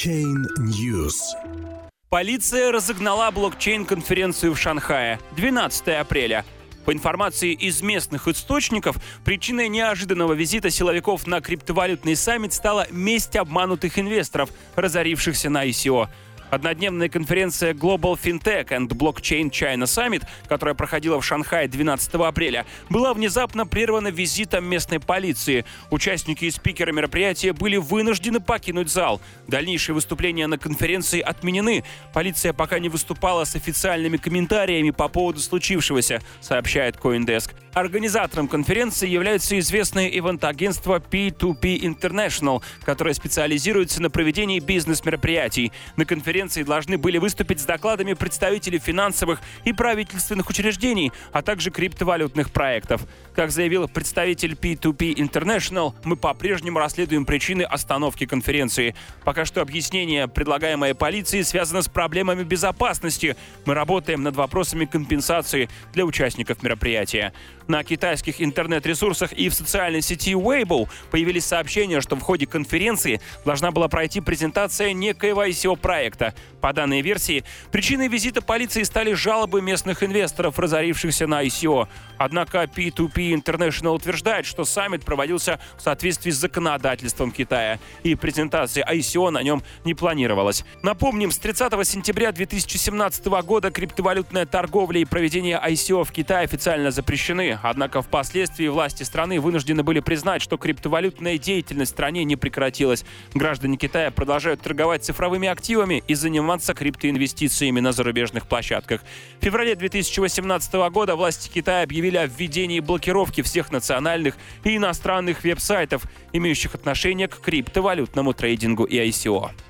Blockchain News. Полиция разогнала блокчейн-конференцию в Шанхае 12 апреля. По информации из местных источников, причиной неожиданного визита силовиков на криптовалютный саммит стала месть обманутых инвесторов, разорившихся на ICO. Однодневная конференция Global Fintech and Blockchain China Summit, которая проходила в Шанхае 12 апреля, была внезапно прервана визитом местной полиции. Участники и спикеры мероприятия были вынуждены покинуть зал. Дальнейшие выступления на конференции отменены. Полиция пока не выступала с официальными комментариями по поводу случившегося, сообщает CoinDesk. Организатором конференции является известное ивент-агентство P2P International, которое специализируется на проведении бизнес-мероприятий. На конференции должны были выступить с докладами представители финансовых и правительственных учреждений, а также криптовалютных проектов. Как заявил представитель P2P International, мы по-прежнему расследуем причины остановки конференции. Пока что объяснение, предлагаемое полицией, связано с проблемами безопасности. Мы работаем над вопросами компенсации для участников мероприятия. На китайских интернет-ресурсах и в социальной сети Weibo появились сообщения, что в ходе конференции должна была пройти презентация некоего ICO-проекта. По данной версии, причиной визита полиции стали жалобы местных инвесторов, разорившихся на ICO. Однако P2P International утверждает, что саммит проводился в соответствии с законодательством Китая, и презентация ICO на нем не планировалась. Напомним, с 30 сентября 2017 года криптовалютная торговля и проведение ICO в Китае официально запрещены. Однако впоследствии власти страны вынуждены были признать, что криптовалютная деятельность в стране не прекратилась. Граждане Китая продолжают торговать цифровыми активами и заниматься криптоинвестициями на зарубежных площадках. В феврале 2018 года власти Китая объявили о введении блокировки всех национальных и иностранных веб-сайтов, имеющих отношение к криптовалютному трейдингу и ICO.